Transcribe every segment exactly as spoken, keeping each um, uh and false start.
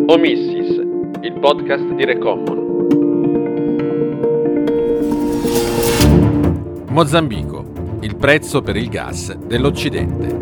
Omissis, il podcast di Recommon. Mozambico, il prezzo per il gas dell'Occidente.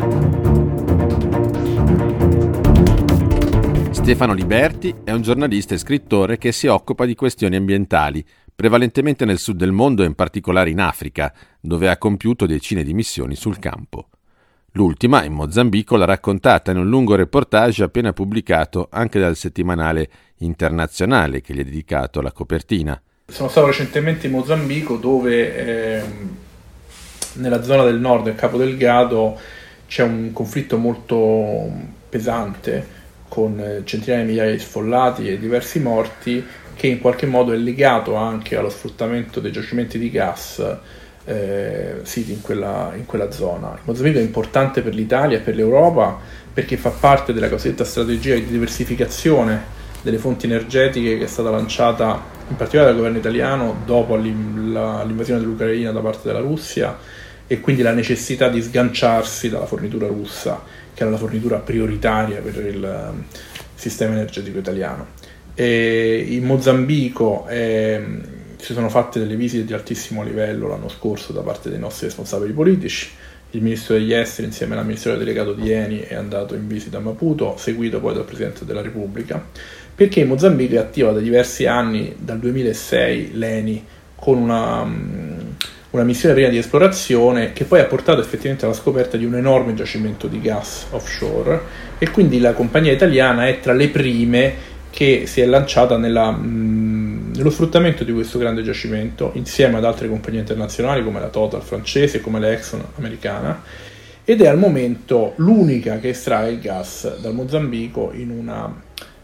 Stefano Liberti è un giornalista e scrittore che si occupa di questioni ambientali, prevalentemente nel sud del mondo e in particolare in Africa, dove ha compiuto decine di missioni sul campo. L'ultima, in Mozambico, l'ha raccontata in un lungo reportage appena pubblicato anche dal settimanale internazionale che gli è dedicato la copertina. Sono stato recentemente in Mozambico dove eh, nella zona del nord del Cabo Delgado c'è un conflitto molto pesante con centinaia di migliaia di sfollati e diversi morti, che in qualche modo è legato anche allo sfruttamento dei giacimenti di gas Eh, siti in quella, in quella zona. Il Mozambico è importante per l'Italia e per l'Europa perché fa parte della cosiddetta strategia di diversificazione delle fonti energetiche che è stata lanciata in particolare dal governo italiano dopo l'invasione dell'Ucraina da parte della Russia, e quindi la necessità di sganciarsi dalla fornitura russa, che era la fornitura prioritaria per il sistema energetico italiano. E in Mozambico è si sono fatte delle visite di altissimo livello l'anno scorso da parte dei nostri responsabili politici. Il ministro degli esteri insieme all'amministratore delegato di Eni è andato in visita a Maputo, seguito poi dal Presidente della Repubblica, perché in Mozambico è attiva da diversi anni, dal duemilasei, l'Eni, con una, una missione prima di esplorazione che poi ha portato effettivamente alla scoperta di un enorme giacimento di gas offshore, e quindi la compagnia italiana è tra le prime che si è lanciata nella, mh, nello sfruttamento di questo grande giacimento insieme ad altre compagnie internazionali come la Total francese e come la Exxon americana, ed è al momento l'unica che estrae il gas dal Mozambico in una,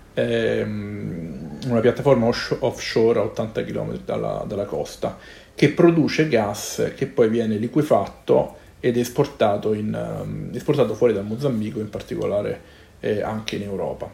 ehm, una piattaforma offshore a ottanta chilometri dalla, dalla costa, che produce gas che poi viene liquefatto ed esportato, in, um, esportato fuori dal Mozambico, in particolare eh, anche in Europa.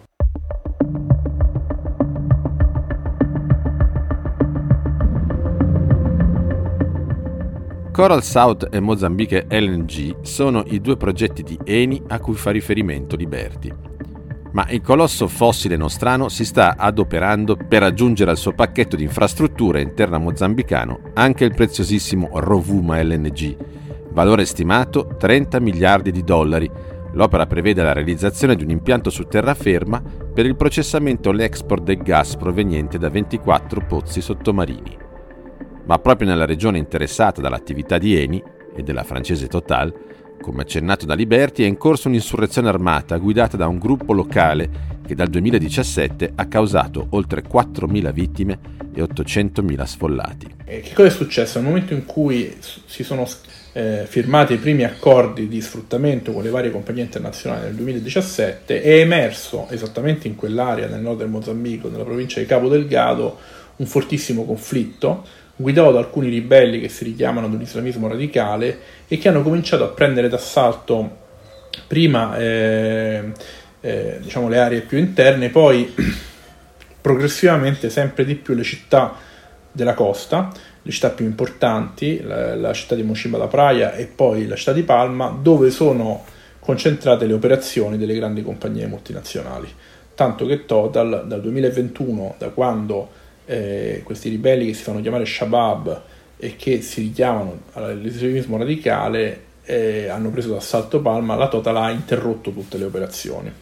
Coral South e Mozambique L N G sono i due progetti di Eni a cui fa riferimento Liberti. Ma il colosso fossile nostrano si sta adoperando per aggiungere al suo pacchetto di infrastrutture interna mozambicano anche il preziosissimo Rovuma L N G, valore stimato trenta miliardi di dollari. L'opera prevede la realizzazione di un impianto su terraferma per il processamento e l'export del gas proveniente da ventiquattro pozzi sottomarini. Ma proprio nella regione interessata dall'attività di Eni e della francese Total, come accennato da Liberti, è in corso un'insurrezione armata guidata da un gruppo locale che dal duemiladiciassette ha causato oltre quattromila vittime e ottocentomila sfollati. E che cosa è successo? Nel momento in cui si sono eh, firmati i primi accordi di sfruttamento con le varie compagnie internazionali nel duemiladiciassette, è emerso esattamente in quell'area nel nord del Mozambico, nella provincia di Cabo Delgado, un fortissimo conflitto guidato da alcuni ribelli che si richiamano ad un islamismo radicale e che hanno cominciato a prendere d'assalto prima eh, eh, diciamo le aree più interne, poi progressivamente sempre di più le città della costa, le città più importanti, la, la città di Mocimboa da Praia e poi la città di Palma, dove sono concentrate le operazioni delle grandi compagnie multinazionali. Tanto che Total dal duemilaventuno, da quando Eh, questi ribelli che si fanno chiamare Shabab e che si richiamano all'estremismo radicale eh, hanno preso d'assalto Palma, la Total ha interrotto tutte le operazioni.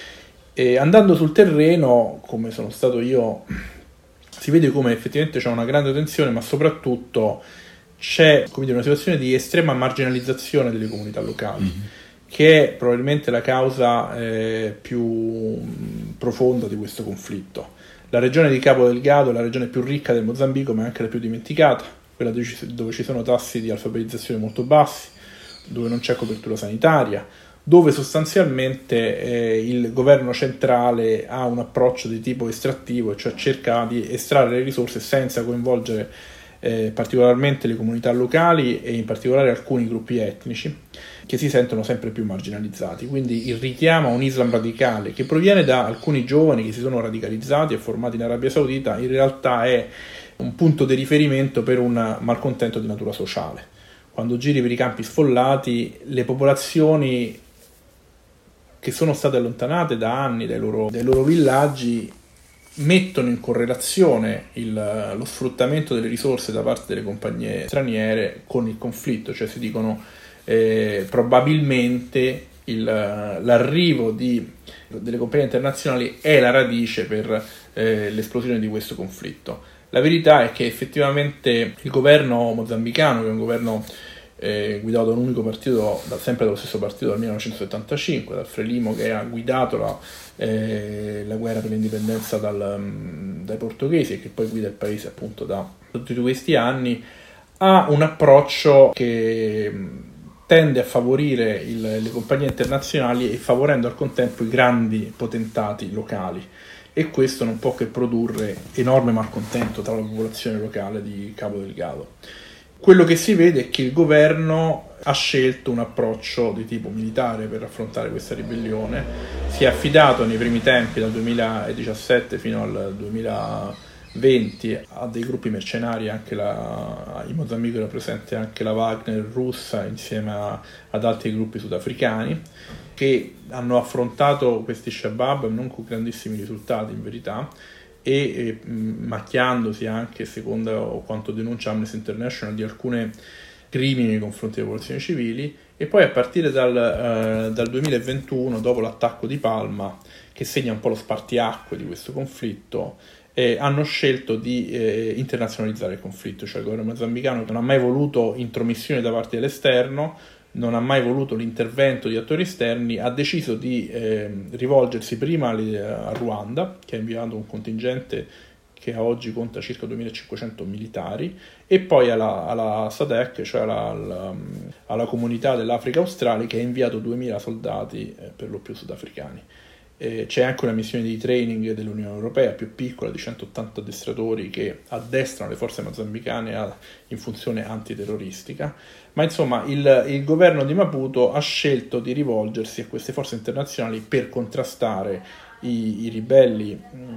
E andando sul terreno, come sono stato io, si vede come effettivamente c'è una grande tensione, ma soprattutto c'è, come dire, una situazione di estrema marginalizzazione delle comunità locali, mm-hmm. che è probabilmente la causa eh, più profonda di questo conflitto. La regione di Cabo Delgado è la regione più ricca del Mozambico, ma è anche la più dimenticata, quella dove ci sono tassi di alfabetizzazione molto bassi, dove non c'è copertura sanitaria, dove sostanzialmente eh, il governo centrale ha un approccio di tipo estrattivo, cioè cerca di estrarre le risorse senza coinvolgere eh, particolarmente le comunità locali e in particolare alcuni gruppi etnici che si sentono sempre più marginalizzati. Quindi il richiamo a un Islam radicale che proviene da alcuni giovani che si sono radicalizzati e formati in Arabia Saudita in realtà è un punto di riferimento per un malcontento di natura sociale. Quando giri per i campi sfollati, le popolazioni che sono state allontanate da anni dai loro, dai loro villaggi mettono in correlazione il, lo sfruttamento delle risorse da parte delle compagnie straniere con il conflitto, cioè si dicono eh, probabilmente il, l'arrivo di, delle compagnie internazionali è la radice per eh, l'esplosione di questo conflitto. La verità è che effettivamente il governo mozambicano, che è un governo eh, guidato da un unico partito, da, sempre dallo stesso partito dal millenovecentosettantacinque, dal Frelimo, che ha guidato la, eh, la guerra per l'indipendenza dal, dai portoghesi e che poi guida il paese appunto da tutti questi anni, ha un approccio che tende a favorire il, le compagnie internazionali e favorendo al contempo i grandi potentati locali, e questo non può che produrre enorme malcontento tra la popolazione locale di Cabo Delgado. Quello che si vede è che il governo ha scelto un approccio di tipo militare per affrontare questa ribellione, si è affidato nei primi tempi, dal duemiladiciassette fino al duemilaventi, a dei gruppi mercenari. Anche la, in Mozambico era presente anche la Wagner russa insieme a, ad altri gruppi sudafricani, che hanno affrontato questi Shabab non con grandissimi risultati in verità, e eh, macchiandosi anche, secondo quanto denuncia Amnesty International, di alcune crimini nei confronti delle popolazioni civili. E poi a partire dal, eh, dal duemilaventuno, dopo l'attacco di Palma, che segna un po' lo spartiacque di questo conflitto, eh, hanno scelto di eh, internazionalizzare il conflitto, cioè il governo mozambicano non ha mai voluto intromissioni da parte dell'esterno, non ha mai voluto l'intervento di attori esterni, ha deciso di eh, rivolgersi prima a Ruanda, che ha inviato un contingente che a oggi conta circa duemilacinquecento militari, e poi alla, alla S A D E C, cioè alla, alla, alla comunità dell'Africa australe, che ha inviato duemila soldati, eh, per lo più sudafricani. Eh, c'è anche una missione di training dell'Unione Europea più piccola di centottanta addestratori che addestrano le forze mozambicane a, in funzione antiterroristica, ma insomma il, il governo di Maputo ha scelto di rivolgersi a queste forze internazionali per contrastare i, i ribelli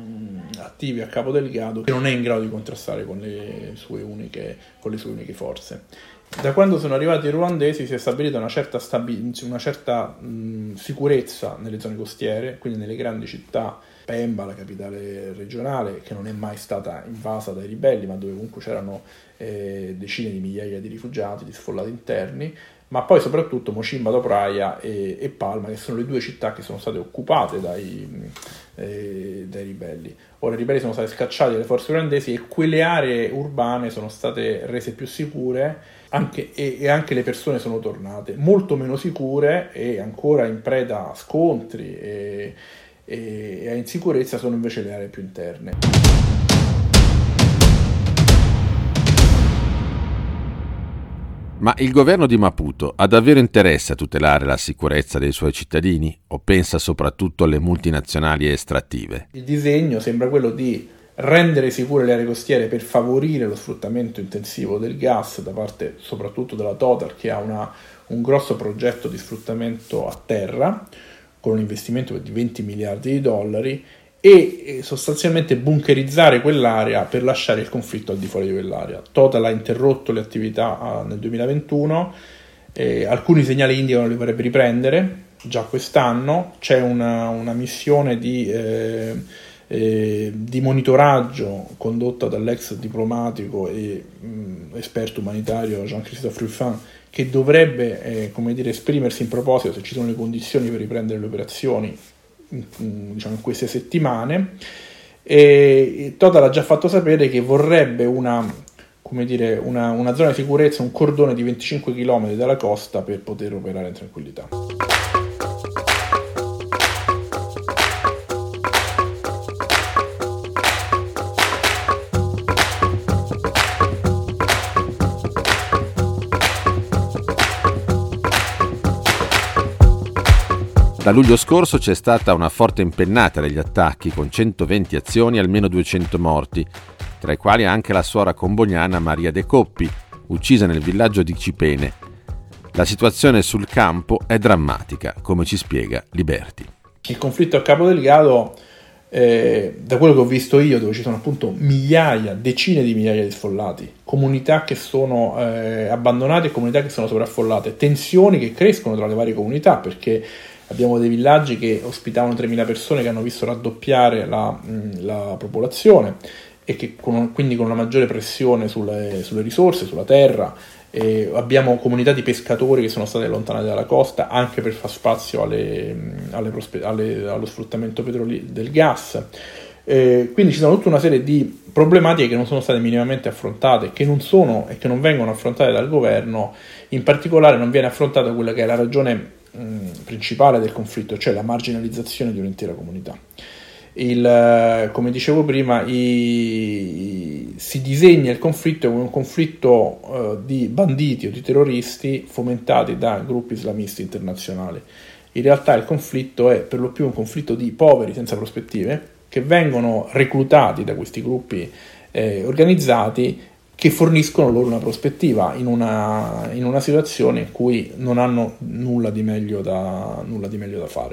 mh, attivi a Cabo Delgado, che non è in grado di contrastare con le sue uniche, con le sue uniche forze. Da quando sono arrivati i ruandesi si è stabilita una certa, stabi- una certa mh, sicurezza nelle zone costiere, quindi nelle grandi città. Pemba, la capitale regionale, che non è mai stata invasa dai ribelli, ma dove comunque c'erano eh, decine di migliaia di rifugiati, di sfollati interni, ma poi soprattutto Mocimboa da Praia e, e Palma, che sono le due città che sono state occupate dai, eh, dai ribelli. Ora i ribelli sono stati scacciati dalle forze ruandesi e quelle aree urbane sono state rese più sicure, anche, e, e anche le persone sono tornate. Molto meno sicure e ancora in preda a scontri e, e, e a insicurezza sono invece le aree più interne. Ma il governo di Maputo ha davvero interesse a tutelare la sicurezza dei suoi cittadini o pensa soprattutto alle multinazionali estrattive? Il disegno sembra quello di rendere sicure le aree costiere per favorire lo sfruttamento intensivo del gas da parte soprattutto della Total, che ha una, un grosso progetto di sfruttamento a terra con un investimento di venti miliardi di dollari, e sostanzialmente bunkerizzare quell'area per lasciare il conflitto al di fuori di quell'area. Total ha interrotto le attività nel duemilaventuno, eh, alcuni segnali indicano che le vorrebbe riprendere già quest'anno. C'è una, una missione di, eh, eh, di monitoraggio condotta dall'ex diplomatico e mh, esperto umanitario Jean-Christophe Ruffin, che dovrebbe eh, come dire, esprimersi in proposito se ci sono le condizioni per riprendere le operazioni diciamo in queste settimane. E Total ha già fatto sapere che vorrebbe una, come dire, una, una zona di sicurezza, un cordone di venticinque chilometri dalla costa per poter operare in tranquillità. Da luglio scorso c'è stata una forte impennata degli attacchi, con centoventi azioni e almeno duecento morti, tra i quali anche la suora combognana Maria De Coppi, uccisa nel villaggio di Cipene. La situazione sul campo è drammatica, come ci spiega Liberti. Il conflitto a Cabo Delgado, eh, da quello che ho visto io, dove ci sono appunto migliaia, decine di migliaia di sfollati, comunità che sono eh, abbandonate e comunità che sono sovraffollate, tensioni che crescono tra le varie comunità, perché abbiamo dei villaggi che ospitavano tremila persone che hanno visto raddoppiare la, la popolazione e che con, quindi con una maggiore pressione sulle, sulle risorse, sulla terra. E abbiamo comunità di pescatori che sono state allontanate dalla costa anche per far spazio alle, alle prospe- alle, allo sfruttamento petrolio del gas. Eh, quindi ci sono tutta una serie di problematiche che non sono state minimamente affrontate, che non sono e che non vengono affrontate dal governo. In particolare non viene affrontata quella che è la ragione mh, principale del conflitto, cioè la marginalizzazione di un'intera comunità. Il, come dicevo prima, i, si disegna il conflitto come un conflitto uh, di banditi o di terroristi fomentati da gruppi islamisti internazionali. In realtà il conflitto è per lo più un conflitto di poveri senza prospettive che vengono reclutati da questi gruppi eh, organizzati che forniscono loro una prospettiva in una, in una situazione in cui non hanno nulla di meglio da, nulla di meglio da fare.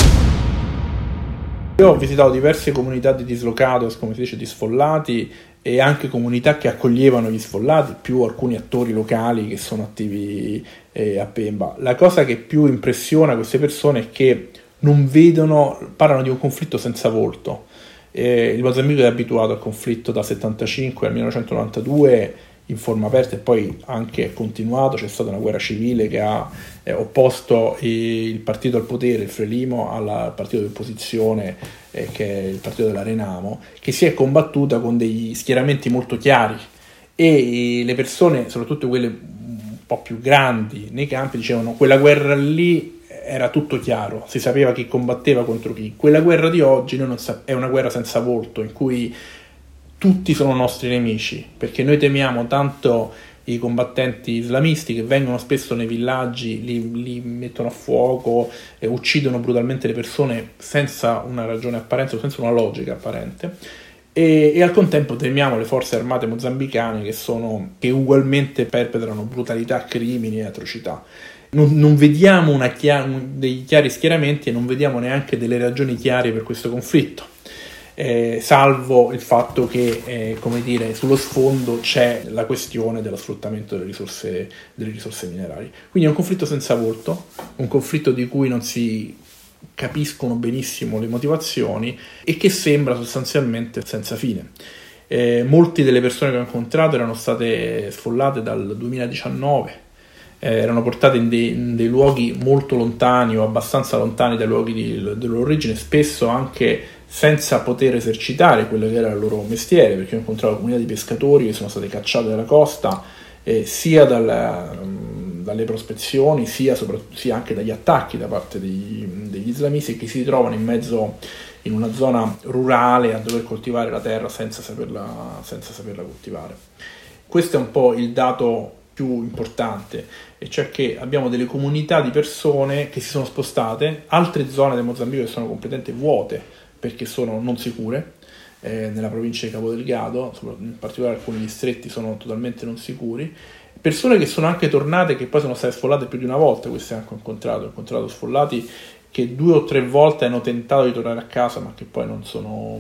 Io ho visitato diverse comunità di dislocados, come si dice, di sfollati, e anche comunità che accoglievano gli sfollati, più alcuni attori locali che sono attivi eh, a Pemba. La cosa che più impressiona queste persone è che non vedono, parlano di un conflitto senza volto. Eh, il Mozambico è abituato al conflitto dal settantacinque al millenovecentonovantadue in forma aperta e poi anche continuato. C'è stata una guerra civile che ha eh, opposto il partito al potere, il Frelimo, al partito di opposizione eh, che è il partito della Renamo, che si è combattuta con degli schieramenti molto chiari, e le persone, soprattutto quelle un po' più grandi nei campi, dicevano quella guerra lì era tutto chiaro, si sapeva chi combatteva contro chi. Quella guerra di oggi non sa- è una guerra senza volto, in cui tutti sono nostri nemici, perché noi temiamo tanto i combattenti islamisti che vengono spesso nei villaggi, li, li mettono a fuoco e uccidono brutalmente le persone senza una ragione apparente o senza una logica apparente, e, e al contempo temiamo le forze armate mozambicane che, sono, che ugualmente perpetrano brutalità, crimini e atrocità. Non, non vediamo una chia- dei chiari schieramenti e non vediamo neanche delle ragioni chiare per questo conflitto. Eh, salvo il fatto che eh, come dire, sullo sfondo c'è la questione dello sfruttamento delle risorse, delle risorse minerarie. Quindi è un conflitto senza volto, un conflitto di cui non si capiscono benissimo le motivazioni e che sembra sostanzialmente senza fine. Eh, molte delle persone che ho incontrato erano state sfollate dal duemiladiciannove, eh, erano portate in dei, in dei luoghi molto lontani o abbastanza lontani dai luoghi di, della loro origine, spesso anche senza poter esercitare quello che era il loro mestiere, perché ho incontrato comunità di pescatori che sono state cacciate dalla costa eh, sia dalla, dalle prospezioni sia, sia anche dagli attacchi da parte degli, degli islamisti, che si trovano in mezzo in una zona rurale a dover coltivare la terra senza saperla, senza saperla coltivare. Questo è un po' il dato più importante, e cioè che abbiamo delle comunità di persone che si sono spostate, altre zone del Mozambico che sono completamente vuote perché sono non sicure, eh, nella provincia di Cabo Delgado, in particolare alcuni distretti sono totalmente non sicuri, persone che sono anche tornate, che poi sono state sfollate più di una volta. Queste anche ho incontrato, ho incontrato sfollati che due o tre volte hanno tentato di tornare a casa ma che poi non sono,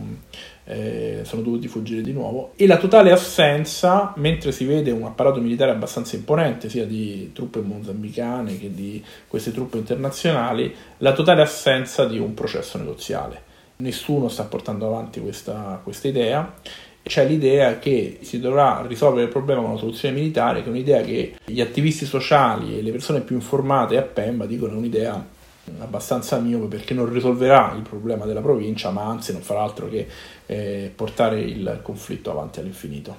eh, sono dovuti fuggire di nuovo, e la totale assenza, mentre si vede un apparato militare abbastanza imponente sia di truppe mozambicane che di queste truppe internazionali, la totale assenza di un processo negoziale. Nessuno sta portando avanti questa, questa idea. C'è l'idea che si dovrà risolvere il problema con una soluzione militare, che è un'idea che gli attivisti sociali e le persone più informate a Pemba dicono è un'idea abbastanza miope, perché non risolverà il problema della provincia, ma anzi non farà altro che eh, portare il conflitto avanti all'infinito.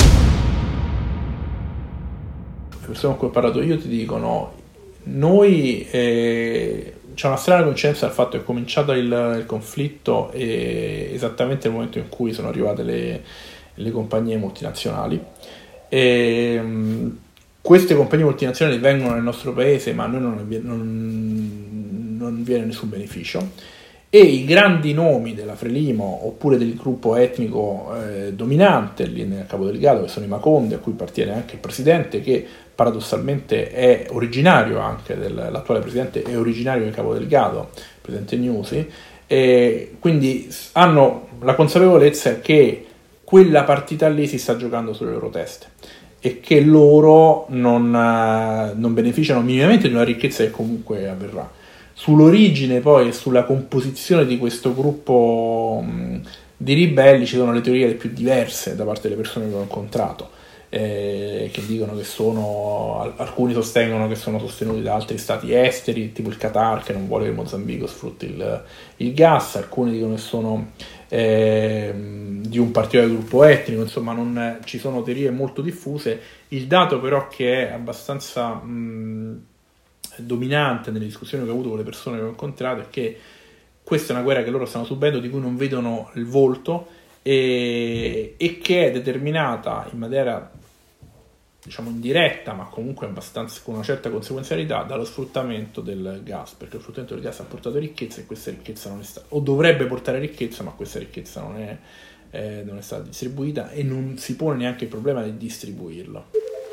Le persone con cui ho parlato io ti dicono: noi eh, c'è una strana coincidenza dal fatto che è cominciato il, il conflitto e esattamente nel momento in cui sono arrivate le, le compagnie multinazionali, e mh, queste compagnie multinazionali vengono nel nostro paese, ma a noi non, non, non viene nessun beneficio, e i grandi nomi della Frelimo oppure del gruppo etnico eh, dominante lì nel Cabo Delgado, che sono i Maconde, a cui appartiene anche il presidente, che paradossalmente è originario anche del, l'attuale presidente è originario del Cabo Delgado, il presidente Nyusi, e quindi hanno la consapevolezza che quella partita lì si sta giocando sulle loro teste e che loro non, non beneficiano minimamente di una ricchezza che comunque avverrà. Sull'origine poi e sulla composizione di questo gruppo mh, di ribelli ci sono le teorie le più diverse da parte delle persone che ho incontrato, eh, che dicono che sono, alcuni sostengono che sono sostenuti da altri stati esteri, tipo il Qatar, che non vuole che il Mozambico sfrutti il, il gas, alcuni dicono che sono eh, di un particolare gruppo etnico, insomma non, ci sono teorie molto diffuse. Il dato però che è abbastanza mh, dominante nelle discussioni che ho avuto con le persone che ho incontrato è che questa è una guerra che loro stanno subendo, di cui non vedono il volto, e, e che è determinata in maniera, diciamo, indiretta, ma comunque abbastanza con una certa conseguenzialità, dallo sfruttamento del gas, perché lo sfruttamento del gas ha portato ricchezza e questa ricchezza non è stata, o dovrebbe portare ricchezza, ma questa ricchezza non è, eh, non è stata distribuita e non si pone neanche il problema di distribuirlo.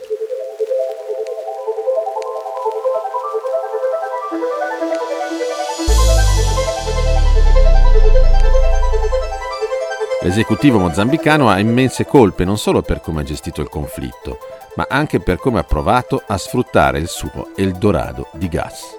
L'esecutivo mozambicano ha immense colpe non solo per come ha gestito il conflitto, ma anche per come ha provato a sfruttare il suo Eldorado di gas.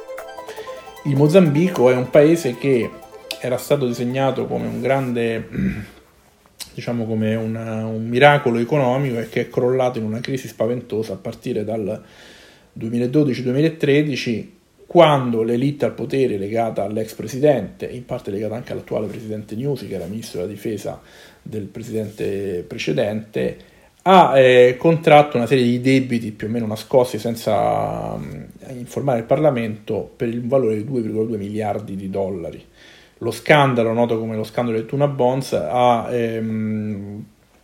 Il Mozambico è un paese che era stato disegnato come un grande, diciamo come una, un miracolo economico e che è crollato in una crisi spaventosa a partire dal duemiladodici duemilatredici, quando l'elite al potere legata all'ex presidente, in parte legata anche all'attuale presidente Nyusi, che era ministro della difesa del presidente precedente, ha eh, contratto una serie di debiti più o meno nascosti senza um, informare il Parlamento per il valore di due virgola due miliardi di dollari. Lo scandalo, noto come lo scandalo del Tuna Bonds, ha, ehm,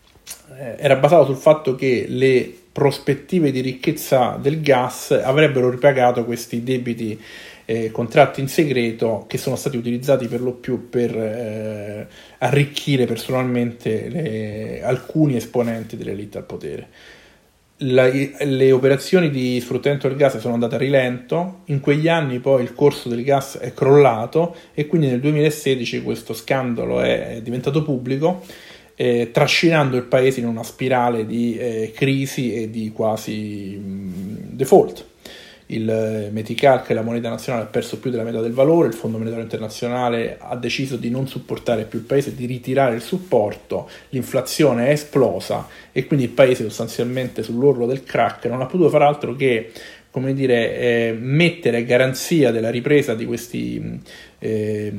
era basato sul fatto che le prospettive di ricchezza del gas avrebbero ripagato questi debiti eh, contratti in segreto, che sono stati utilizzati per lo più per eh, arricchire personalmente le, alcuni esponenti dell'elite al potere. La, le operazioni di sfruttamento del gas sono andate a rilento, in quegli anni poi il corso del gas è crollato e quindi nel duemilasedici questo scandalo è diventato pubblico, Eh, trascinando il paese in una spirale di eh, crisi e di quasi mh, default. Il eh, Metical, che è la moneta nazionale, ha perso più della metà del valore, il Fondo Monetario Internazionale ha deciso di non supportare più il paese, di ritirare il supporto, l'inflazione è esplosa e quindi il paese sostanzialmente sull'orlo del crack non ha potuto far altro che, come dire, eh, mettere a garanzia della ripresa di questi, eh,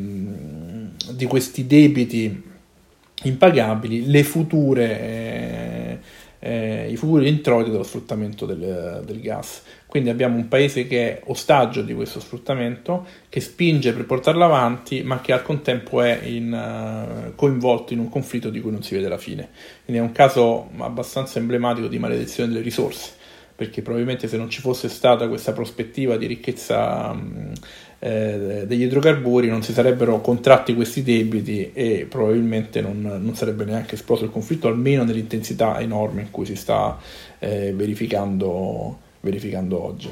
di questi debiti impagabili le future eh, eh, i futuri introiti dello sfruttamento del, del gas. Quindi abbiamo un paese che è ostaggio di questo sfruttamento, che spinge per portarlo avanti, ma che al contempo è in, uh, coinvolto in un conflitto di cui non si vede la fine. Quindi è un caso abbastanza emblematico di maledizione delle risorse, perché probabilmente se non ci fosse stata questa prospettiva di ricchezza um, eh, degli idrocarburi non si sarebbero contratti questi debiti e probabilmente non, non sarebbe neanche esploso il conflitto, almeno nell'intensità enorme in cui si sta eh, verificando, verificando oggi.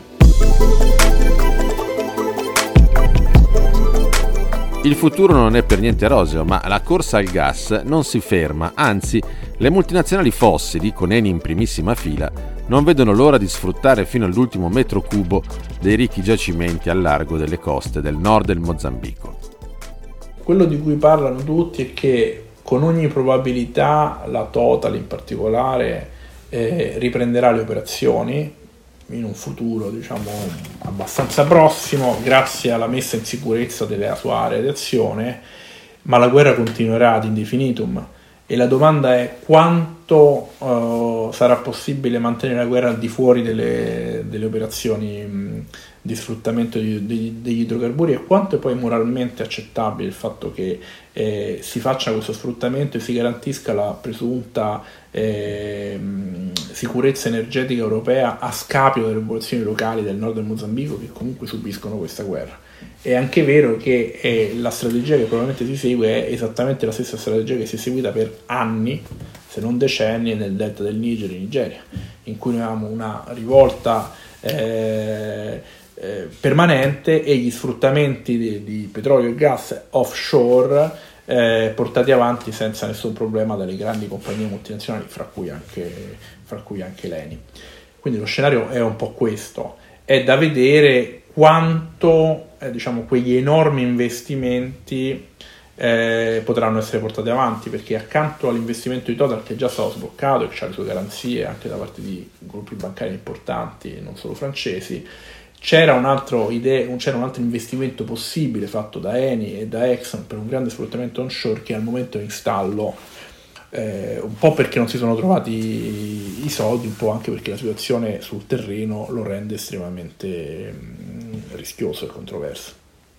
Il futuro non è per niente roseo, ma la corsa al gas non si ferma, anzi le multinazionali fossili, con Eni in primissima fila, non vedono l'ora di sfruttare fino all'ultimo metro cubo dei ricchi giacimenti al largo delle coste del nord del Mozambico. Quello di cui parlano tutti è che con ogni probabilità la Total in particolare eh, riprenderà le operazioni in un futuro, diciamo, abbastanza prossimo, grazie alla messa in sicurezza della sua area di azione, ma la guerra continuerà ad indefinitum e la domanda è quanto uh, sarà possibile mantenere la guerra al di fuori delle, delle operazioni mh, di sfruttamento di, di, degli idrocarburi e quanto è poi moralmente accettabile il fatto che eh, si faccia questo sfruttamento e si garantisca la presunta eh, sicurezza energetica europea a scapito delle popolazioni locali del nord del Mozambico, che comunque subiscono questa guerra. È anche vero che eh, la strategia che probabilmente si segue è esattamente la stessa strategia che si è seguita per anni, se non decenni, nel delta del Niger in Nigeria, in cui noi avevamo una rivolta eh, eh, permanente e gli sfruttamenti di, di petrolio e gas offshore eh, portati avanti senza nessun problema dalle grandi compagnie multinazionali, fra cui anche, fra cui anche l'Eni. Quindi lo scenario è un po' questo. È da vedere quanto eh, diciamo, quegli enormi investimenti eh, potranno essere portati avanti, perché accanto all'investimento di Total, che è già stato sbloccato e che ha le sue garanzie anche da parte di gruppi bancari importanti, non solo francesi, c'era un altro, idea, c'era un altro investimento possibile fatto da Eni e da Exxon per un grande sfruttamento onshore, che al momento è in stallo, eh, un po' perché non si sono trovati i soldi, un po' anche perché la situazione sul terreno lo rende estremamente mh, rischioso e controverso.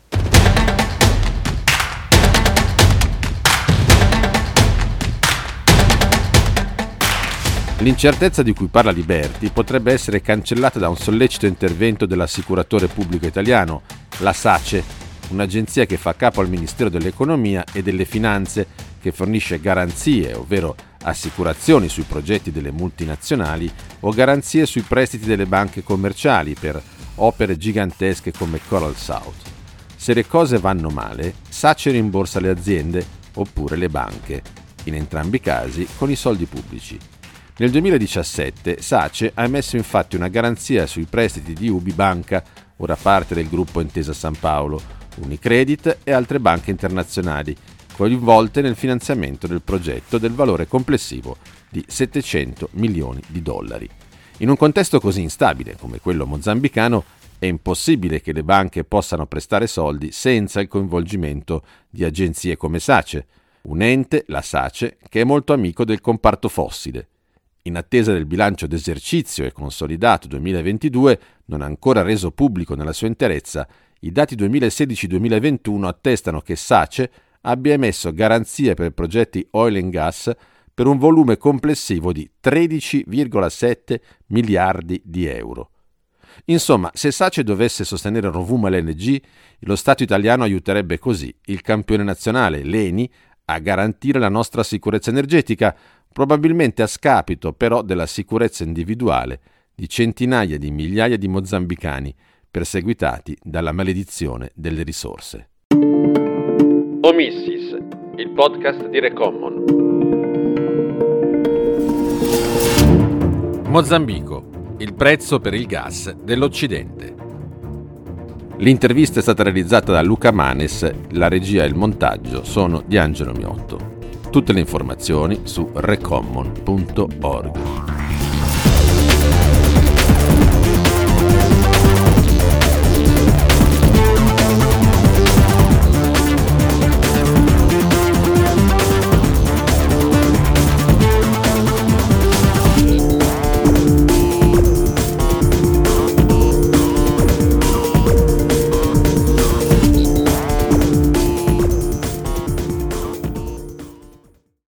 L'incertezza di cui parla Liberti potrebbe essere cancellata da un sollecito intervento dell'assicuratore pubblico italiano, la SACE, un'agenzia che fa capo al Ministero dell'Economia e delle Finanze, che fornisce garanzie, ovvero assicurazioni sui progetti delle multinazionali o garanzie sui prestiti delle banche commerciali per opere gigantesche come Coral South. Se le cose vanno male, SACE rimborsa le aziende oppure le banche, in entrambi i casi con i soldi pubblici. Nel duemiladiciassette SACE ha emesso infatti una garanzia sui prestiti di UbiBanca, ora parte del gruppo Intesa San Paolo, Unicredit e altre banche internazionali, coinvolte nel finanziamento del progetto del valore complessivo di settecento milioni di dollari. In un contesto così instabile come quello mozambicano è impossibile che le banche possano prestare soldi senza il coinvolgimento di agenzie come SACE, un ente, la SACE, che è molto amico del comparto fossile. In attesa del bilancio d'esercizio e consolidato duemilaventidue, non ancora reso pubblico nella sua interezza, i dati duemilasedici duemilaventuno attestano che SACE abbia emesso garanzie per progetti oil and gas per un volume complessivo di tredici virgola sette miliardi di euro. Insomma, se SACE dovesse sostenere Rovuma L N G, lo Stato italiano aiuterebbe così il campione nazionale, l'Eni, a garantire la nostra sicurezza energetica, probabilmente a scapito però della sicurezza individuale di centinaia di migliaia di mozambicani perseguitati dalla maledizione delle risorse. Omissis, il podcast di Recommon. Mozambico, il prezzo per il gas dell'Occidente. L'intervista è stata realizzata da Luca Manes, la regia e il montaggio sono di Angelo Miotto. Tutte le informazioni su recommon punto org.